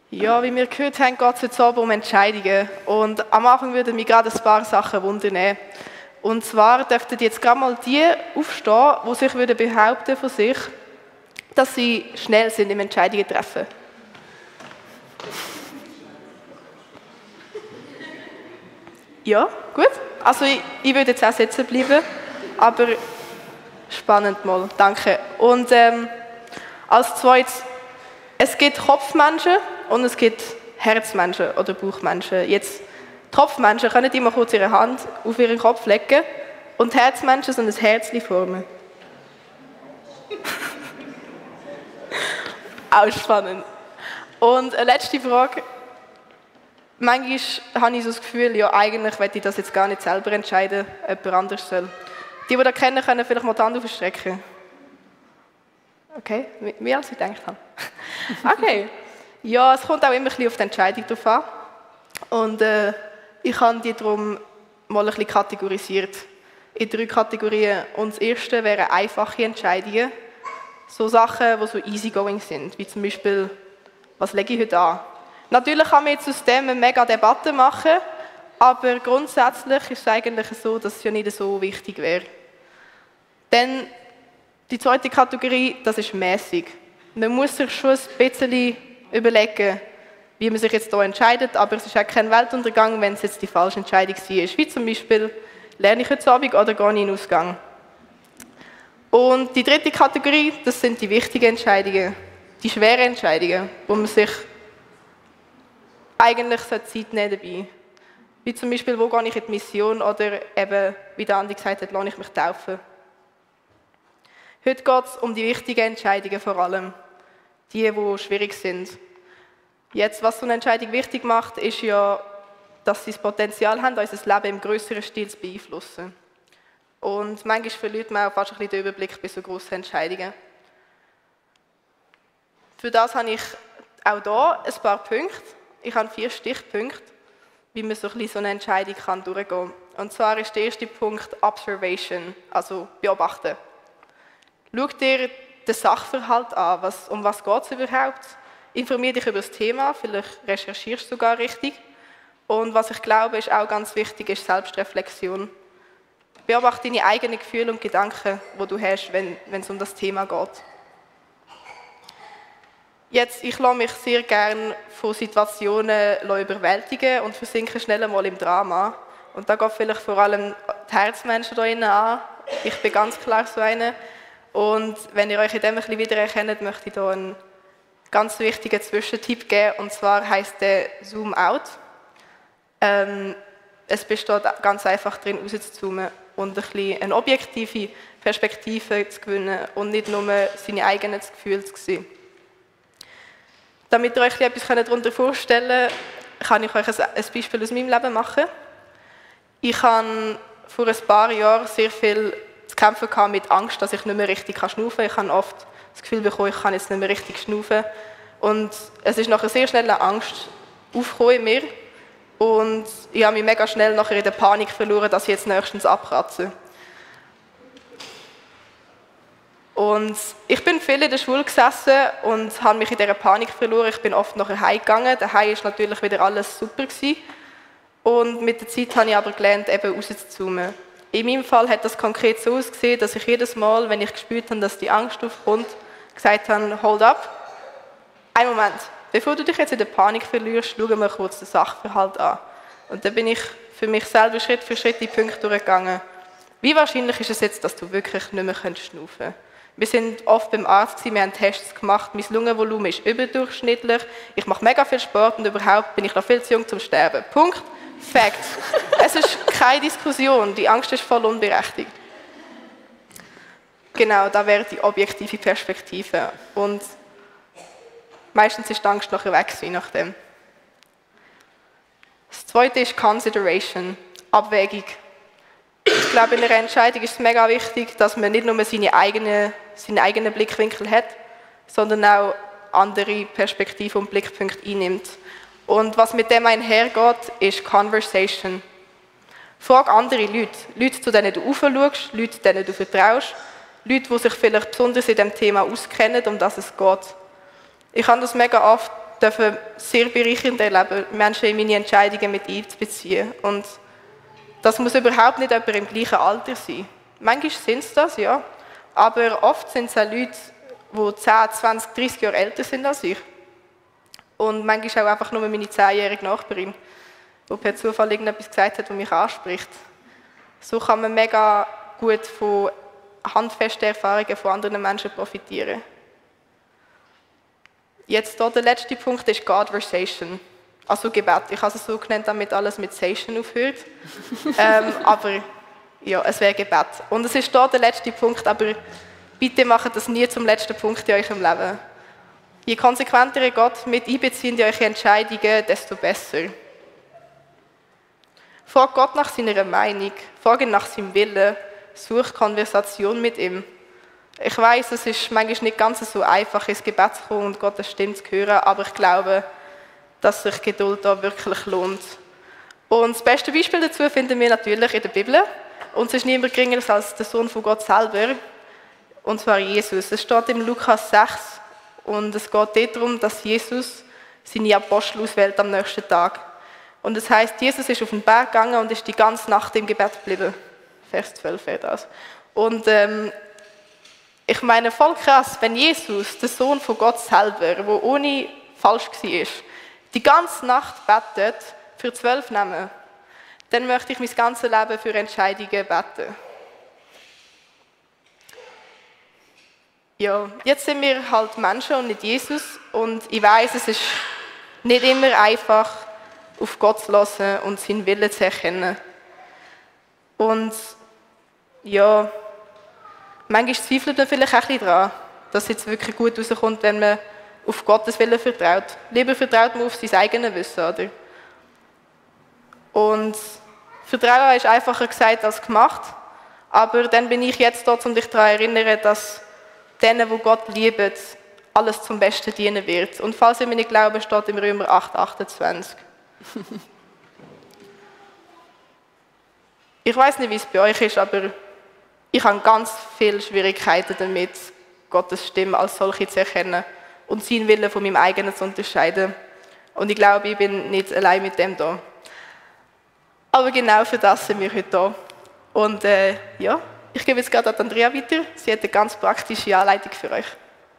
Ja, wie wir gehört haben, geht es jetzt aber um Entscheidungen. Und am Anfang würden mich gerade ein paar Sachen wundern. Und zwar dürften jetzt gerade mal die aufstehen, die sich behaupten von sich, dass sie schnell sind im Entscheidungen treffen. Ja, gut. Also ich würde jetzt auch sitzen bleiben, aber spannend mal, danke. Und als zweites, es gibt Kopfmenschen und es gibt Herzmenschen oder Bauchmenschen. Jetzt, Kopfmenschen können immer kurz ihre Hand auf ihren Kopf legen und Herzmenschen sollen ein Herzchen formen. Auch spannend. Und eine letzte Frage. Manchmal habe ich so das Gefühl, ja, eigentlich möchte ich das jetzt gar nicht selber entscheiden, jemand anderes soll. Die das kennen, können vielleicht mal die Hand aufstrecken. Okay, mehr als ich gedacht habe. Okay. Ja, es kommt auch immer ein bisschen auf die Entscheidung drauf an. Und ich habe die darum mal ein bisschen kategorisiert. In 3 Kategorien. Und das erste wären einfache Entscheidungen. So Sachen, die so easygoing sind. Wie zum Beispiel, was lege ich heute an? Natürlich kann man jetzt aus dem eine mega Debatte machen, aber grundsätzlich ist es eigentlich so, dass es ja nicht so wichtig wäre. Dann die zweite Kategorie, das ist mäßig. Man muss sich schon ein bisschen überlegen, wie man sich jetzt hier entscheidet, aber es ist auch kein Weltuntergang, wenn es jetzt die falsche Entscheidung war. Wie zum Beispiel, lerne ich heute Abend oder gehe ich in den Ausgang? Und die dritte Kategorie, das sind die wichtigen Entscheidungen, die schweren Entscheidungen, wo man sich eigentlich Zeit nehmen dabei. Wie zum Beispiel, wo gehe ich in die Mission oder eben, wie der Andi gesagt hat, lasse ich mich taufen. Heute geht es um die wichtigen Entscheidungen vor allem, die schwierig sind. Jetzt, was so eine Entscheidung wichtig macht, ist ja, dass sie das Potenzial haben, unser Leben im grösseren Stil zu beeinflussen. Und manchmal verliert man auch fast ein bisschen den Überblick bei so grossen Entscheidungen. Für das habe ich auch hier ein paar Punkte. Ich habe 4 Stichpunkte, wie man so eine Entscheidung durchgehen kann. Und zwar ist der erste Punkt Observation, also beobachten. Schau dir den Sachverhalt an, um was geht es überhaupt? Informier dich über das Thema, vielleicht recherchierst du sogar richtig. Und was ich glaube, ist auch ganz wichtig, ist Selbstreflexion. Beobachte deine eigenen Gefühle und Gedanken, die du hast, wenn es um das Thema geht. Jetzt, ich lasse mich sehr gerne von Situationen überwältigen und versinke schnell einmal im Drama. Und da geht vielleicht vor allem die Herzmenschen da innen an. Ich bin ganz klar so eine. Und wenn ihr euch in dem ein bisschen wiedererkennt, möchte ich hier einen ganz wichtigen Zwischentipp geben. Und zwar heisst der Zoom Out. Es besteht ganz einfach darin, rauszuzoomen und ein bisschen eine objektive Perspektive zu gewinnen und nicht nur seine eigenen Gefühle zu sehen. Damit ihr euch etwas darunter vorstellen könnt, kann ich euch ein Beispiel aus meinem Leben machen. Ich hatte vor ein paar Jahren sehr viel zu kämpfen mit Angst, dass ich nicht mehr richtig schnaufen kann. Ich habe oft das Gefühl bekommen, ich kann jetzt nicht mehr richtig schnaufen. Und es ist nachher sehr schnell eine Angst aufgekommen in mir. Und ich habe mich mega schnell nachher in der Panik verloren, dass ich jetzt nächstens abkratze. Und ich bin viel in der Schule gesessen und habe mich in dieser Panik verloren. Ich bin oft nachher heimgegangen. Daheim war natürlich wieder alles super gewesen. Und mit der Zeit habe ich aber gelernt, eben rauszuzoomen. In meinem Fall hat das konkret so ausgesehen, dass ich jedes Mal, wenn ich gespürt habe, dass die Angst aufkommt, gesagt habe, hold up, einen Moment, bevor du dich jetzt in der Panik verlierst, schauen wir kurz den Sachverhalt an. Und dann bin ich für mich selber Schritt für Schritt die Punkte durchgegangen. Wie wahrscheinlich ist es jetzt, dass du wirklich nicht mehr schnaufen kannst? Wir sind oft beim Arzt, wir haben Tests gemacht, mein Lungenvolumen ist überdurchschnittlich, ich mache mega viel Sport und überhaupt bin ich noch viel zu jung zum Sterben. Punkt. Fact. Es ist keine Diskussion, die Angst ist voll unberechtigt. Genau, da wäre die objektive Perspektive. Und meistens ist die Angst nachher weg, je nachdem. Das zweite ist Consideration, Abwägung. Ich glaube, in einer Entscheidung ist es mega wichtig, dass man nicht nur seinen eigenen Blickwinkel hat, sondern auch andere Perspektiven und Blickpunkte einnimmt. Und was mit dem einhergeht, ist Conversation. Frag andere Leute, zu denen du aufschaust, Leute, denen du vertraust, Leute, die sich vielleicht besonders in dem Thema auskennen, um das es geht. Ich habe das mega oft dürfen sehr bereichernd erleben, Menschen in meine Entscheidungen mit einzubeziehen. Und das muss überhaupt nicht jemand im gleichen Alter sein. Manchmal sind es das, ja. Aber oft sind es auch Leute, die 10, 20, 30 Jahre älter sind als ich. Und manchmal auch einfach nur meine 10-jährige Nachbarin, die per Zufall irgendetwas gesagt hat, was mich anspricht. So kann man mega gut von handfesten Erfahrungen von anderen Menschen profitieren. Jetzt hier der letzte Punkt ist Conversation, also Gebet. Ich habe es so genannt, damit alles mit Station aufhört. Aber ja, es wäre Gebet. Und es ist hier der letzte Punkt, aber bitte macht das nie zum letzten Punkt in eurem Leben. Je konsequenter ihr Gott mit einbezieht in eure Entscheidungen, desto besser. Fragt Gott nach seiner Meinung, fragt ihn nach seinem Willen, sucht Konversation mit ihm. Ich weiss, es ist manchmal nicht ganz so einfach, ins Gebet zu kommen und Gottes Stimme zu hören, aber ich glaube, dass sich Geduld da wirklich lohnt. Und das beste Beispiel dazu finden wir natürlich in der Bibel. Und es ist niemand geringer als der Sohn von Gott selber, und zwar Jesus. Es steht im Lukas 6 und es geht darum, dass Jesus seine Apostel auswählt am nächsten Tag. Und das heisst, Jesus ist auf den Berg gegangen und ist die ganze Nacht im Gebet geblieben. Vers 12 wäre das. Und ich meine, voll krass, wenn Jesus, der Sohn von Gott selber, der ohne falsch war, die ganze Nacht betet für 12 Namen, dann möchte ich mein ganzes Leben für Entscheidungen beten. Ja, jetzt sind wir halt Menschen und nicht Jesus und ich weiss, es ist nicht immer einfach, auf Gott zu hören und seinen Willen zu erkennen. Und ja, manchmal zweifelt man vielleicht auch ein bisschen daran, dass es jetzt wirklich gut rauskommt, wenn man auf Gottes Willen vertraut. Lieber vertraut man auf sein eigenes Wissen, oder? Und Vertrauen ist einfacher gesagt als gemacht, aber dann bin ich jetzt da, um dich daran zu erinnern, dass denen, die Gott lieben, alles zum Besten dienen wird. Und falls ihr mir nicht glaubt, steht im Römer 8, 28. Ich weiß nicht, wie es bei euch ist, aber ich habe ganz viele Schwierigkeiten damit, Gottes Stimme als solche zu erkennen und seinen Willen von meinem eigenen zu unterscheiden. Und ich glaube, ich bin nicht allein mit dem da. Aber genau für das sind wir heute da. Und ja, ich gebe jetzt gerade an Andrea weiter. Sie hat eine ganz praktische Anleitung für euch.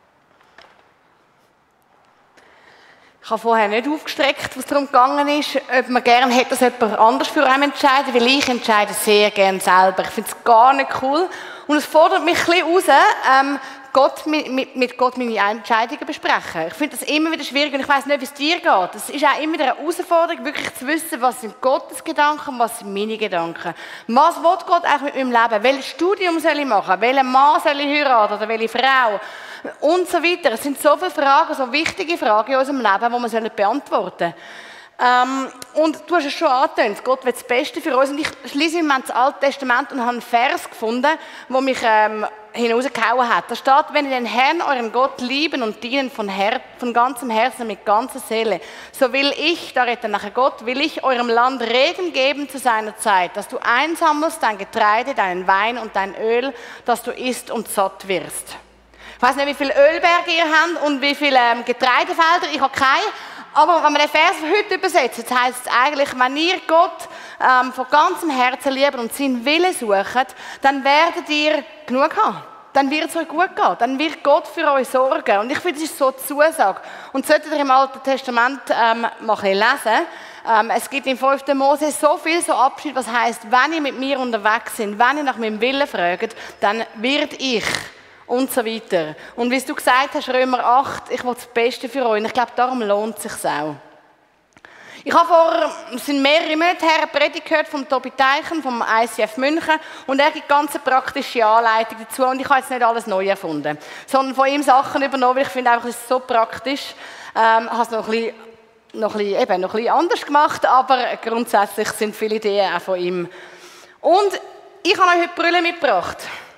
Ich habe vorher nicht aufgestreckt, was darum gegangen ist, ob man gerne hätte, dass jemand anders für einen entscheidet, weil ich entscheide sehr gerne selber. Ich finde es gar nicht cool. Und es fordert mich ein bisschen raus, mit Gott meine Entscheidungen besprechen. Ich finde das immer wieder schwierig und ich weiss nicht, wie es dir geht. Es ist auch immer wieder eine Herausforderung, wirklich zu wissen, was sind Gottes Gedanken und was sind meine Gedanken. Was will Gott eigentlich mit meinem Leben? Welches Studium soll ich machen? Welchen Mann soll ich heiraten oder welche Frau? Und so weiter. Es sind so viele Fragen, so wichtige Fragen in unserem Leben, die wir beantworten sollen. Und du hast es schon angetönt, Gott will das Beste für uns. Und ich schließe im Moment das Alte Testament und habe einen Vers gefunden, der mich hinausgehauen hat. Da steht, wenn ihr den Herrn, euren Gott, lieben und dienen von ganzem Herzen, mit ganzer Seele, so will ich, da redet nachher Gott, will ich eurem Land Regen geben zu seiner Zeit, dass du einsammelst dein Getreide, deinen Wein und dein Öl, dass du isst und satt wirst. Ich weiss nicht, wie viele Ölberge ihr habt und wie viele Getreidefelder, ich habe keine. Aber wenn man den Vers heute übersetzt, heisst es eigentlich, wenn ihr Gott von ganzem Herzen liebt und seinen Willen sucht, dann werdet ihr genug haben. Dann wird es euch gut gehen. Dann wird Gott für euch sorgen. Und ich finde, das ist so eine Zusage. Und solltet ihr im Alten Testament mal lesen, es gibt im 5. Mose so viel so Abschied, was heisst, wenn ihr mit mir unterwegs seid, wenn ihr nach meinem Willen fragt, dann wird ich. Und so weiter. Und wie du gesagt hast, Römer 8, ich will das Beste für euch. Und ich glaube, darum lohnt es sich auch. Ich habe es sind mehrere Monate her, eine Predigt gehört von Tobi Teichen, vom ICF München. Und er gibt ganz eine praktische Anleitung dazu. Und ich habe jetzt nicht alles neu erfunden, sondern von ihm Sachen übernommen, weil ich finde einfach, es ist so praktisch. Ich habe es noch ein bisschen anders gemacht, aber grundsätzlich sind viele Ideen auch von ihm. Und ich habe euch heute Brille mitgebracht.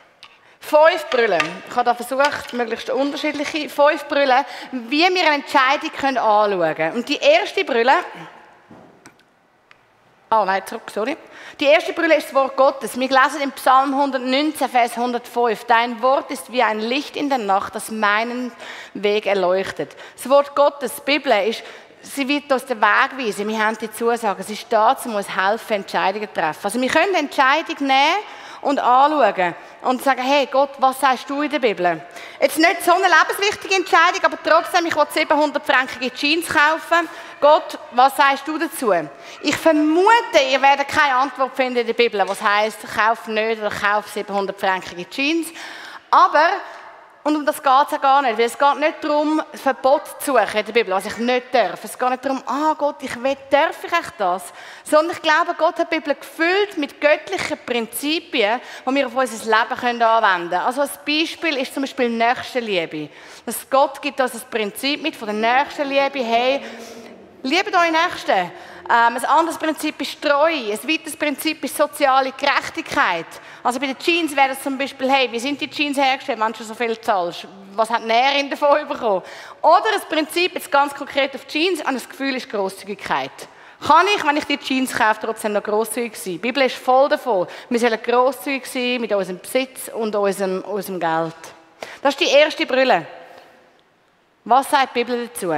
5 Brüllen. Ich habe da versucht, möglichst unterschiedliche 5 Brüllen, wie wir eine Entscheidung anschauen können. Und die erste Brille, zurück, sorry. Die erste Brille ist das Wort Gottes. Wir lesen im Psalm 119, Vers 105. Dein Wort ist wie ein Licht in der Nacht, das meinen Weg erleuchtet. Das Wort Gottes, die Bibel, sie wird uns den Weg weisen. Wir haben die Zusage. Sie ist da, um uns helfen, Entscheidungen zu treffen. Also wir können eine Entscheidung nehmen und anschauen und sagen, hey Gott, was sagst du in der Bibel? Jetzt nicht so eine lebenswichtige Entscheidung, aber trotzdem, ich will 700 frankige Jeans kaufen. Gott, was sagst du dazu? Ich vermute, ihr werdet keine Antwort finden in der Bibel, was heisst, kauf nicht oder kauf 700 frankige Jeans. Aber, und um das geht es ja gar nicht, weil es geht nicht darum, ein Verbot zu suchen in der Bibel, was ich nicht darf. Es geht nicht darum, Gott, darf ich echt das? Sondern ich glaube, Gott hat die Bibel gefüllt mit göttlichen Prinzipien, die wir auf unser Leben anwenden können. Also ein Beispiel ist zum Beispiel Nächstenliebe. Dass Gott gibt uns das Prinzip mit von der Nächstenliebe, hey, liebet eure Nächsten. Ein anderes Prinzip ist Treue. Ein weiteres Prinzip ist soziale Gerechtigkeit. Also bei den Jeans wäre es zum Beispiel, hey, wie sind die Jeans hergestellt, wenn du so viel zahlst? Was hat die Näherin davon bekommen? Oder das Prinzip, jetzt ganz konkret auf Jeans, und das Gefühl ist Grosszügigkeit. Kann ich, wenn ich die Jeans kaufe, trotzdem noch grosszügig sein? Die Bibel ist voll davon. Wir sollen grosszügig sein mit unserem Besitz und unserem Geld. Das ist die erste Brille. Was sagt die Bibel dazu?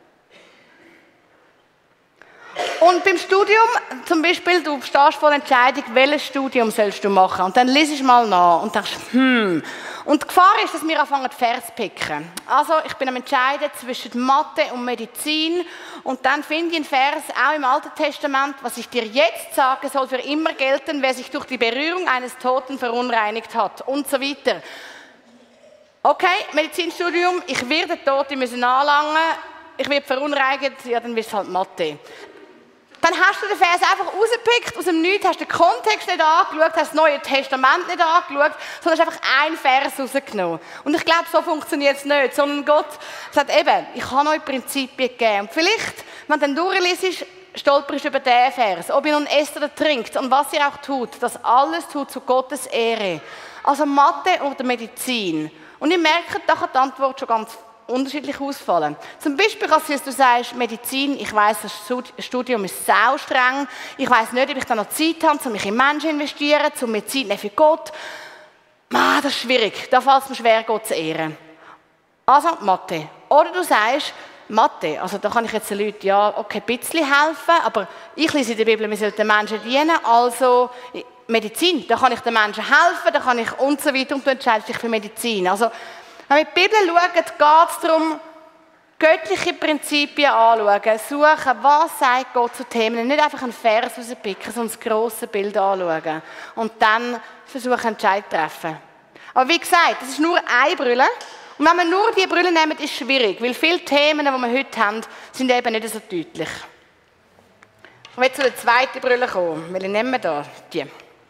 Und beim Studium, zum Beispiel, du stehst vor der Entscheidung, welches Studium sollst du machen. Und dann liest du mal nach und denkst, Und die Gefahr ist, dass wir anfangen, Vers zu picken. Also, ich bin am Entscheiden zwischen Mathe und Medizin. Und dann finde ich einen Vers, auch im Alten Testament, was ich dir jetzt sage, soll für immer gelten, wer sich durch die Berührung eines Toten verunreinigt hat. Und so weiter. Okay, Medizinstudium, ich werde Tote müssen anlangen, ich werde verunreinigt, ja, dann wird es halt Mathe. Dann hast du den Vers einfach rausgepickt, aus dem Nichts, hast den Kontext nicht angeschaut, hast das Neue Testament nicht angeschaut, sondern hast einfach einen Vers rausgenommen. Und ich glaube, so funktioniert es nicht, sondern Gott sagt eben, ich habe euch Prinzipien gegeben. Und vielleicht, wenn du dann durchliest, stolperst du über diesen Vers, ob ihr nun esst oder trinkt und was ihr auch tut, das alles tut zu Gottes Ehre. Also Mathe oder Medizin. Und ihr merkt, da kann die Antwort schon ganz unterschiedlich ausfallen. Zum Beispiel kann es sein, dass du sagst, Medizin, ich weiss, das Studium ist sau streng, ich weiss nicht, ob ich da noch Zeit habe, um mich in Menschen zu investieren, um mir Zeit nehmen für Gott. Das ist schwierig, da fällt es mir schwer, Gott zu ehren. Also Mathe. Oder du sagst, Mathe, also da kann ich jetzt den Leuten, ja, okay, ein bisschen helfen, aber ich lese in der Bibel, wir sollten den Menschen dienen, also Medizin, da kann ich den Menschen helfen, da kann ich und so weiter, und du entscheidest dich für Medizin. Also, wenn wir die Bibel schauen, geht es darum, göttliche Prinzipien anzuschauen, suchen, was sagt Gott zu Themen, nicht einfach einen Vers rauspicken, sondern das grosse Bild anschauen und dann versuchen, Entscheidungen zu treffen. Aber wie gesagt, das ist nur eine Brille. Und wenn wir nur diese Brille nehmen, ist es schwierig, weil viele Themen, die wir heute haben, sind eben nicht so deutlich. Ich will zu der zweiten Brille kommen. Welche nehmen wir da? Die.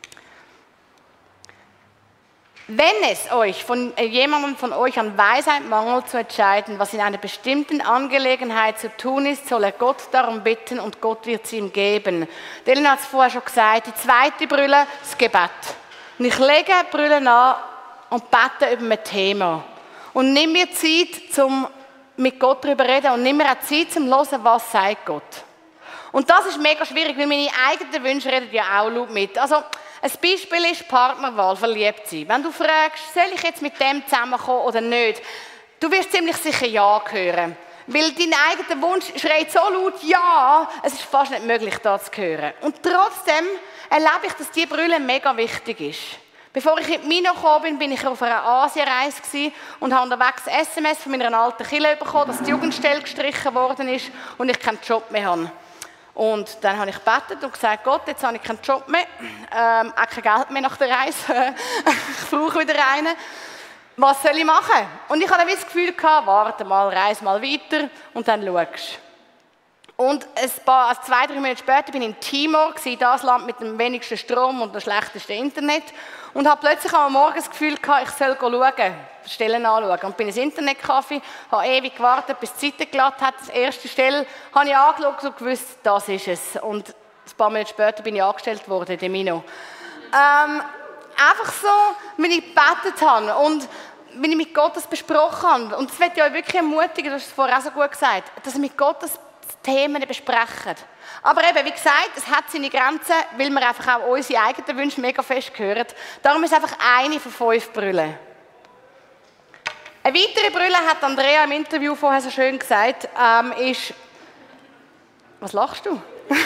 Wenn es euch von jemandem von euch an Weisheit mangelt, zu entscheiden, was in einer bestimmten Angelegenheit zu tun ist, soll er Gott darum bitten und Gott wird sie ihm geben. Dylan hat es vorher schon gesagt, die zweite Brille, das Gebet. Und ich lege die Brille an und bete über ein Thema. Und nimm mir Zeit, um mit Gott darüber zu reden, und nimm mir auch Zeit, um zu hören, was sagt Gott. Und das ist mega schwierig, weil meine eigenen Wünsche reden ja auch laut mit. Also, ein Beispiel ist Partnerwahl, verliebt sein. Wenn du fragst, soll ich jetzt mit dem zusammenkommen oder nicht, du wirst ziemlich sicher Ja hören. Weil dein eigener Wunsch schreit so laut Ja, es ist fast nicht möglich, das zu hören. Und trotzdem erlebe ich, dass diese Brille mega wichtig ist. Bevor ich in die Mino gekommen bin, bin ich auf einer Asienreise und habe unterwegs ein SMS von meiner alten Kirche bekommen, dass die Jugendstelle gestrichen worden ist und ich keinen Job mehr habe. Und dann habe ich gebetet und gesagt, Gott, jetzt habe ich keinen Job mehr, auch kein Geld mehr nach der Reise, ich brauche wieder einen. Was soll ich machen? Und ich hatte das Gefühl gehabt, warte mal, reise mal weiter und dann schaust. Und 2-3 Monate später bin ich in Timor, das Land mit dem wenigsten Strom und dem schlechtesten Internet. Und habe plötzlich am Morgen das Gefühl gehabt, ich soll schauen, Stellen anschauen. Und bin ins Internetcafé, habe ewig gewartet, bis die Zeit geladen hat. Die erste Stelle habe ich angeschaut und gewusst, das ist es. Und ein paar Monate später bin ich angestellt worden in der Mino. Einfach so, wenn ich gebetet habe und wenn ich mit Gott das besprochen habe. Und das möchte ich euch wirklich ermutigen, du hast es vorher auch so gut gesagt, dass ihr mit Gott das Themen besprechen. Aber eben, wie gesagt, es hat seine Grenzen, weil wir einfach auch unsere eigenen Wünsche mega fest hören. Darum ist es einfach eine von 5 Brüllen. Eine weitere Brille, hat Andrea im Interview vorher so schön gesagt, ist... Was lachst du?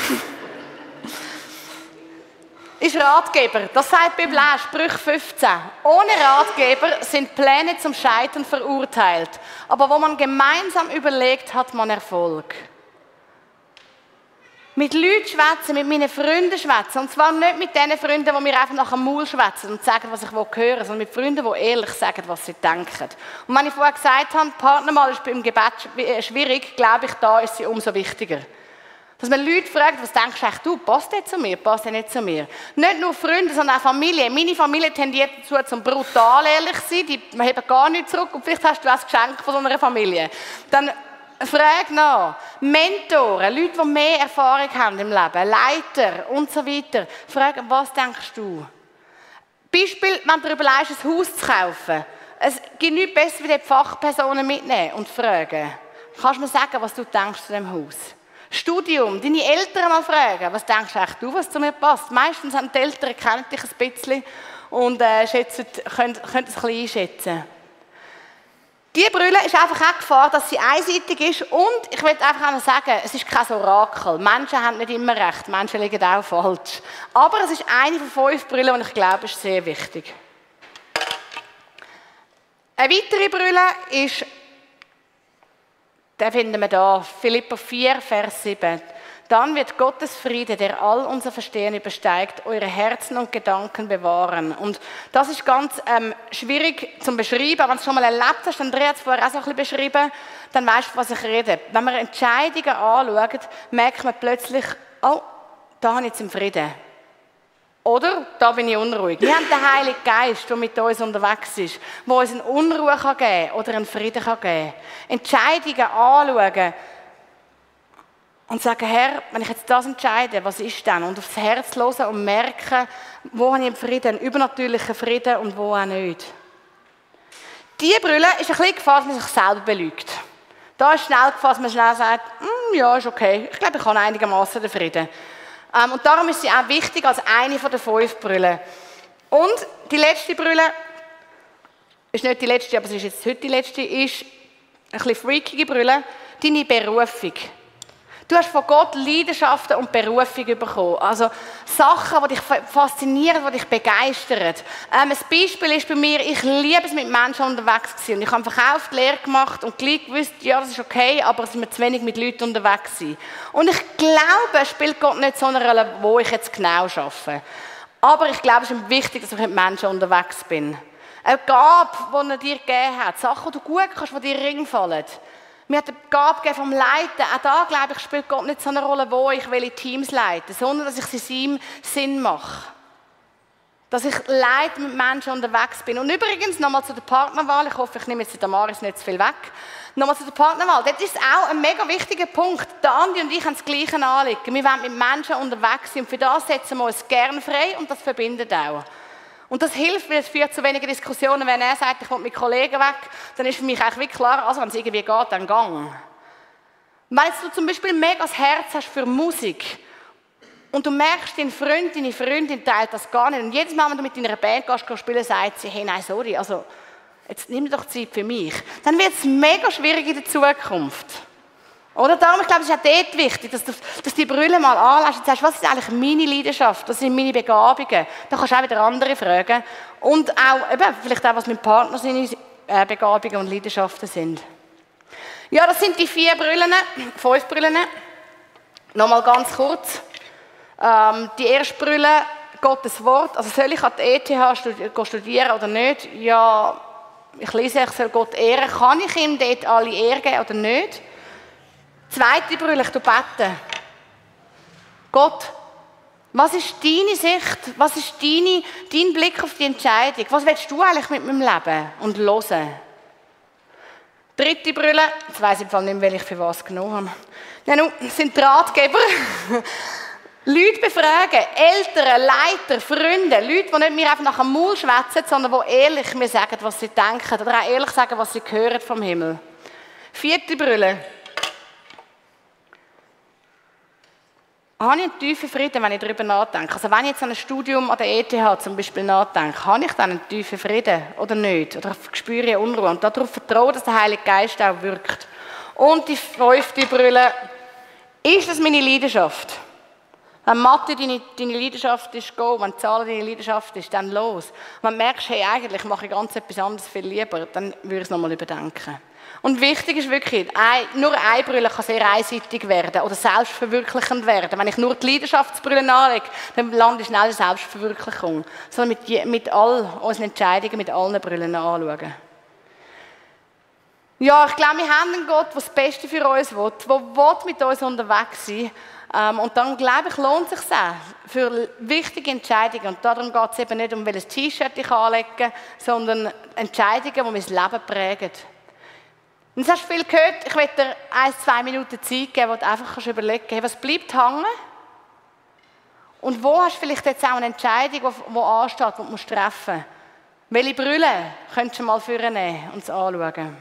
Ist Ratgeber. Das sagt die Bibel auch, Sprüche 15. Ohne Ratgeber sind Pläne zum Scheitern verurteilt. Aber wo man gemeinsam überlegt, hat man Erfolg. Mit Leuten schwätzen, mit meinen Freunden schwätzen. Und zwar nicht mit den Freunden, die mir einfach nach dem Maul schwätzen und sagen, was ich hören will, sondern mit Freunden, die ehrlich sagen, was sie denken. Und wenn ich vorher gesagt habe, Partnerwahl ist beim Gebet schwierig, glaube ich, da ist sie umso wichtiger. Dass man Leute fragt, was denkst du eigentlich, du, passt der zu mir, passt der nicht zu mir? Nicht nur Freunde, sondern auch Familie. Meine Familie tendiert dazu, zum brutal ehrlich zu sein, die haben gar nichts zurück und vielleicht hast du auch ein Geschenk von so einer Familie. Dann frag nach. Mentoren, Leute, die mehr Erfahrung haben im Leben, Leiter und so weiter. Frag, was denkst du? Beispiel, wenn du überlegst, ein Haus zu kaufen. Es gibt nichts besser, wie die Fachpersonen mitnehmen und fragen. Kannst du mir sagen, was du denkst zu dem Haus? Studium, deine Eltern mal fragen, was denkst du, was zu mir passt? Meistens haben die Eltern, kennen dich ein bisschen und können es ein bisschen einschätzen. Diese Brille ist einfach auch Gefahr, dass sie einseitig ist und ich will einfach auch noch sagen, es ist kein Orakel. Menschen haben nicht immer recht, Menschen liegen auch falsch. Aber es ist eine von 5 Brillen, die ich glaube, ist sehr wichtig. Eine weitere Brille ist, den finden wir da, Philipper 4, Vers 7. Dann wird Gottes Friede, der all unser Verstehen übersteigt, eure Herzen und Gedanken bewahren. Und das ist ganz schwierig zu beschreiben. Wenn du es schon mal erlebt hast, Andrea hat es vorher auch so ein bisschen beschrieben, dann weißt du, was ich rede. Wenn wir Entscheidungen anschauen, merkt man plötzlich, oh, da habe ich jetzt einen Frieden. Oder, da bin ich unruhig. Wir haben den Heiligen Geist, der mit uns unterwegs ist, der uns eine Unruhe geben kann oder einen Frieden geben kann. Entscheidungen anschauen und sagen, Herr, wenn ich jetzt das entscheide, was ist denn? Und aufs Herz hören und merken, wo habe ich einen Frieden, einen übernatürlichen Frieden und wo auch nicht. Diese Brille ist ein bisschen Gefahr, dass man sich selber belügt. Da ist schnell Gefahr, dass man schnell sagt, ja, ist okay, ich glaube, ich habe einigermaßen den Frieden. Und darum ist sie auch wichtig als eine von den 5 Brillen. Und die letzte Brille, ist nicht die letzte, aber es ist jetzt heute die letzte, ist eine bisschen freakige Brille, deine Berufung. Du hast von Gott Leidenschaften und Berufung bekommen. Also Sachen, die dich faszinieren, die dich begeistern. Ein Beispiel ist bei mir, ich liebe es, mit Menschen unterwegs zu sein. Und ich habe Verkaufslehre gemacht und gleich gewusst, ja, das ist okay, aber es ist mir zu wenig mit Leuten unterwegs sein. Und ich glaube, spielt Gott nicht so eine Rolle, wo ich jetzt genau arbeite. Aber ich glaube, es ist wichtig, dass ich mit Menschen unterwegs bin. Eine Gabe, die er dir gegeben hat. Sachen, die du gut kannst, die dir in den Ring fallen. Mir hat die Gabe vom Leiten. Auch da, glaube ich, spielt Gott nicht so eine Rolle, wo ich welche Teams leite, sondern dass ich sie seinem Sinn mache. Dass ich leite mit Menschen unterwegs bin. Und übrigens, nochmal zu der Partnerwahl. Ich hoffe, ich nehme jetzt der Maris nicht zu viel weg. Nochmal zu der Partnerwahl. Das ist auch ein mega wichtiger Punkt. Der Andi und ich haben das gleiche Anliegen. Wir wollen mit Menschen unterwegs sein. Und für das setzen wir uns gern frei und das verbindet auch. Und das hilft, weil es führt zu wenigen Diskussionen. Wenn er sagt, ich will mit Kollegen weg, dann ist für mich eigentlich klar, also wenn es irgendwie geht, dann gang. Wenn du zum Beispiel mega das Herz hast für Musik und du merkst, dein Freund, deine Freundin teilt das gar nicht und jedes Mal, wenn du mit deiner Band gehst spielen, sagt sie, hey, nein, sorry, also jetzt nimm doch Zeit für mich. Dann wird es mega schwierig in der Zukunft. Oder darum, ich glaube, es ist auch dort wichtig, dass du die Brille mal anlässt und sagst, was ist eigentlich meine Leidenschaft, was sind meine Begabungen. Da kannst du auch wieder andere fragen. Und auch, eben, vielleicht auch, was mit dem Partner seine Begabungen und Leidenschaften sind. Ja, das sind die 4 Brillen, 5 Brillen. Nochmal ganz kurz. Die erste Brille, Gottes Wort. Also soll ich an der ETH studieren oder nicht? Ja, ich lese, ich soll Gott ehren. Kann ich ihm dort alle Ehre geben oder nicht? Zweite Brille, ich bete. Gott, was ist deine Sicht? Was ist dein Blick auf die Entscheidung? Was willst du eigentlich mit meinem Leben? Und hören. Dritte Brille, jetzt weiss ich im Fall nicht mehr, welche ich für was genommen habe. Ja, nun, das sind Ratgeber. Leute befragen, Eltern, Leiter, Freunde, Leute, die nicht mir einfach nach dem Maul schwätzen, sondern die ehrlich mir sagen, was sie denken oder auch ehrlich sagen, was sie hören vom Himmel. Vierte Brille. habe ich einen tiefen Frieden, wenn ich darüber nachdenke? Also wenn ich jetzt an ein Studium an der ETH zum Beispiel nachdenke, habe ich dann einen tiefen Frieden oder nicht? Oder spüre ich Unruhe? Und darauf vertraue, dass der Heilige Geist auch wirkt. Und die 5. Brille, ist das meine Leidenschaft? Wenn Mathe deine Leidenschaft ist, go. Wenn Zahlen deine Leidenschaft ist, dann los. Wenn du merkst, hey, eigentlich mache ich ganz etwas anderes viel lieber, dann würde ich es nochmal überdenken. Und wichtig ist wirklich, nur eine Brille kann sehr einseitig werden oder selbstverwirklichend werden. Wenn ich nur die Leidenschaftsbrille anlege, dann lande ich schnell in der Selbstverwirklichung. Sondern mit all unseren Entscheidungen, mit allen Brillen anschauen. Ja, ich glaube, wir haben einen Gott, der das Beste für uns will, der mit uns unterwegs sein will. Und dann, glaube ich, lohnt es sich auch für wichtige Entscheidungen. Und darum geht es eben nicht um, welches T-Shirt ich anlege, sondern Entscheidungen, die mein Leben prägen. Und jetzt hast du viel gehört, ich werde dir 1-2 Minuten Zeit geben, wo du einfach überlegen kannst, was bleibt hängen? Und wo hast du vielleicht jetzt auch eine Entscheidung, die ansteht, die du treffen musst? Welche Brille könntest du mal vornehmen und es anschauen?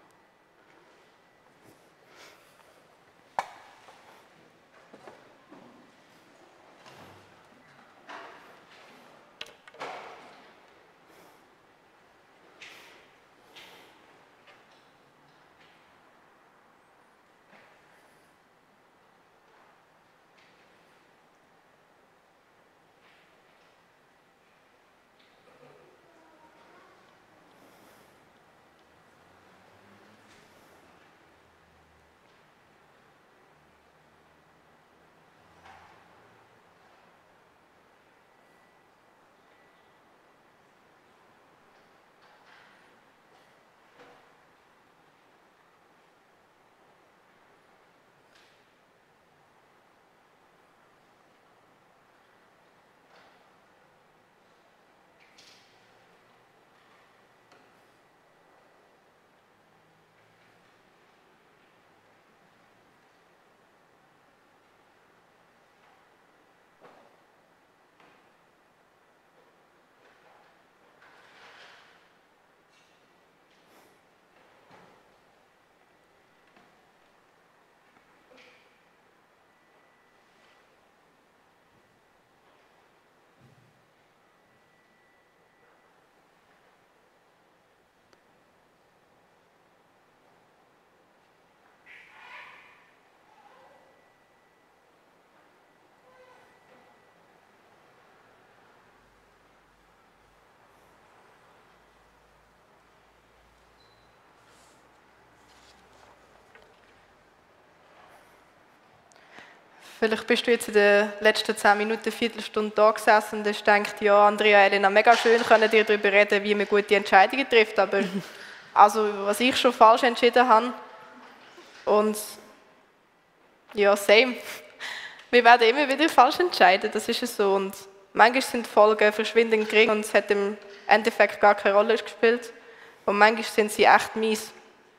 Vielleicht bist du jetzt in den letzten 10 Minuten, Viertelstunde da gesessen und hast gedacht, ja, Andrea, Elena, mega schön, können dir darüber reden, wie man gute Entscheidungen trifft, aber also, was ich schon falsch entschieden habe und ja, same. Wir werden immer wieder falsch entscheiden, das ist es so und manchmal sind die Folgen verschwindend gering und es hat im Endeffekt gar keine Rolle gespielt und manchmal sind sie echt mies.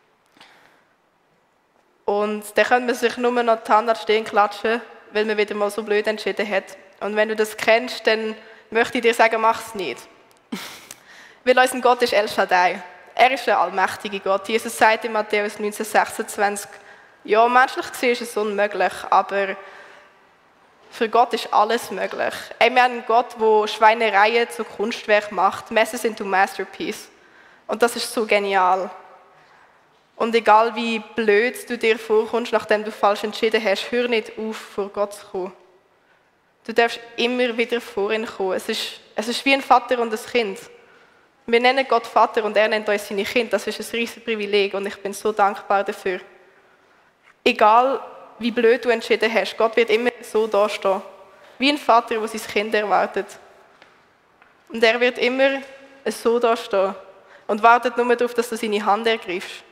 Und dann kann man sich nur noch die Hand an die Stirn klatschen, weil man wieder mal so blöd entschieden hat. Und wenn du das kennst, dann möchte ich dir sagen, mach es nicht. Weil unser Gott ist El Shaddai. Er ist der allmächtige Gott. Jesus sagt in Matthäus 19,26, ja, menschlich gesehen ist es unmöglich, aber für Gott ist alles möglich. Wir haben einen Gott, der Schweinereien zu Kunstwerk macht, Messes into Masterpiece. Und das ist so genial. Und egal wie blöd du dir vorkommst, nachdem du falsch entschieden hast, hör nicht auf, vor Gott zu kommen. Du darfst immer wieder vor ihn kommen. Es ist wie ein Vater und ein Kind. Wir nennen Gott Vater und er nennt uns seine Kinder. Das ist ein riesiges Privileg und ich bin so dankbar dafür. Egal wie blöd du entschieden hast, Gott wird immer so dastehen. Wie ein Vater, der sein Kind erwartet. Und er wird immer so dastehen und wartet nur darauf, dass du seine Hand ergreifst.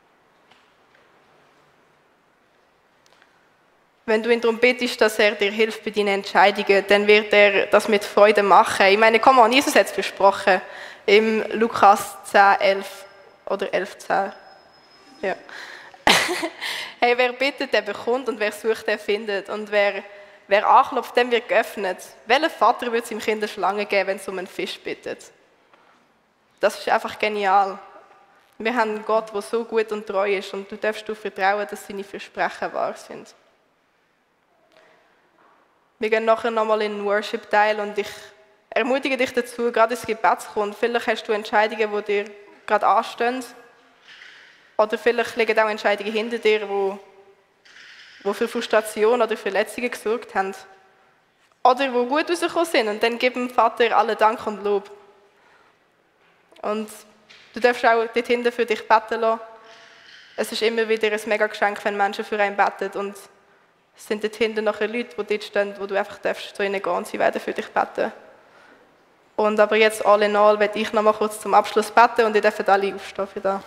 Wenn du ihn darum bittest, dass er dir hilft bei deinen Entscheidungen, dann wird er das mit Freude machen. Ich meine, komm on, Jesus hat es versprochen. Im Lukas 10, 11 oder 11, 10. Ja. Hey, wer bittet, der bekommt und wer sucht, der findet. Und wer anklopft, dem wird geöffnet. Welcher Vater würde seinem Kind eine Schlange geben, wenn es um einen Fisch bittet? Das ist einfach genial. Wir haben einen Gott, der so gut und treu ist und du darfst darauf vertrauen, dass seine Versprechen wahr sind. Wir gehen nachher nochmal in den Worship-Teil und ich ermutige dich dazu, gerade ins Gebet zu kommen. Vielleicht hast du Entscheidungen, die dir gerade anstehen. Oder vielleicht liegen auch Entscheidungen hinter dir, die für Frustration oder Verletzungen gesorgt haben. Oder die gut rausgekommen sind. Und dann gib dem Vater allen Dank und Lob. Und du darfst auch dort hinten für dich beten lassen. Es ist immer wieder ein mega Geschenk, wenn Menschen für einen beten. Und es sind dort hinten nachher Leute, die dort stehen, wo du einfach zu ihnen gehen und sie werden für dich beten. Und aber jetzt all in all werde ich noch mal kurz zum Abschluss beten und ihr dürft alle aufstehen für das.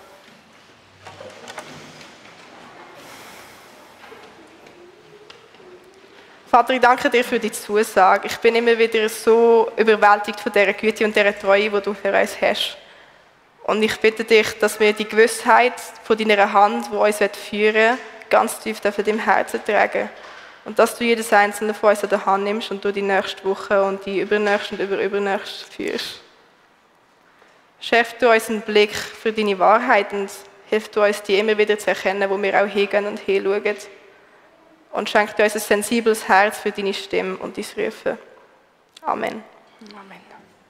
Vater, ich danke dir für die Zusage. Ich bin immer wieder so überwältigt von dieser Güte und dieser Treue, die du für uns hast. Und ich bitte dich, dass wir die Gewissheit von deiner Hand, die uns führen wird, ganz tief im Herzen tragen. Und dass du jedes einzelne von uns an der Hand nimmst und du die nächste Woche und die übernächste und übernächste führst. Schärf du uns einen Blick für deine Wahrheit und hilf du uns, die immer wieder zu erkennen, wo wir auch hingehen und hinschauen. Und schenk dir uns ein sensibles Herz für deine Stimme und dein Rufen. Amen. Amen.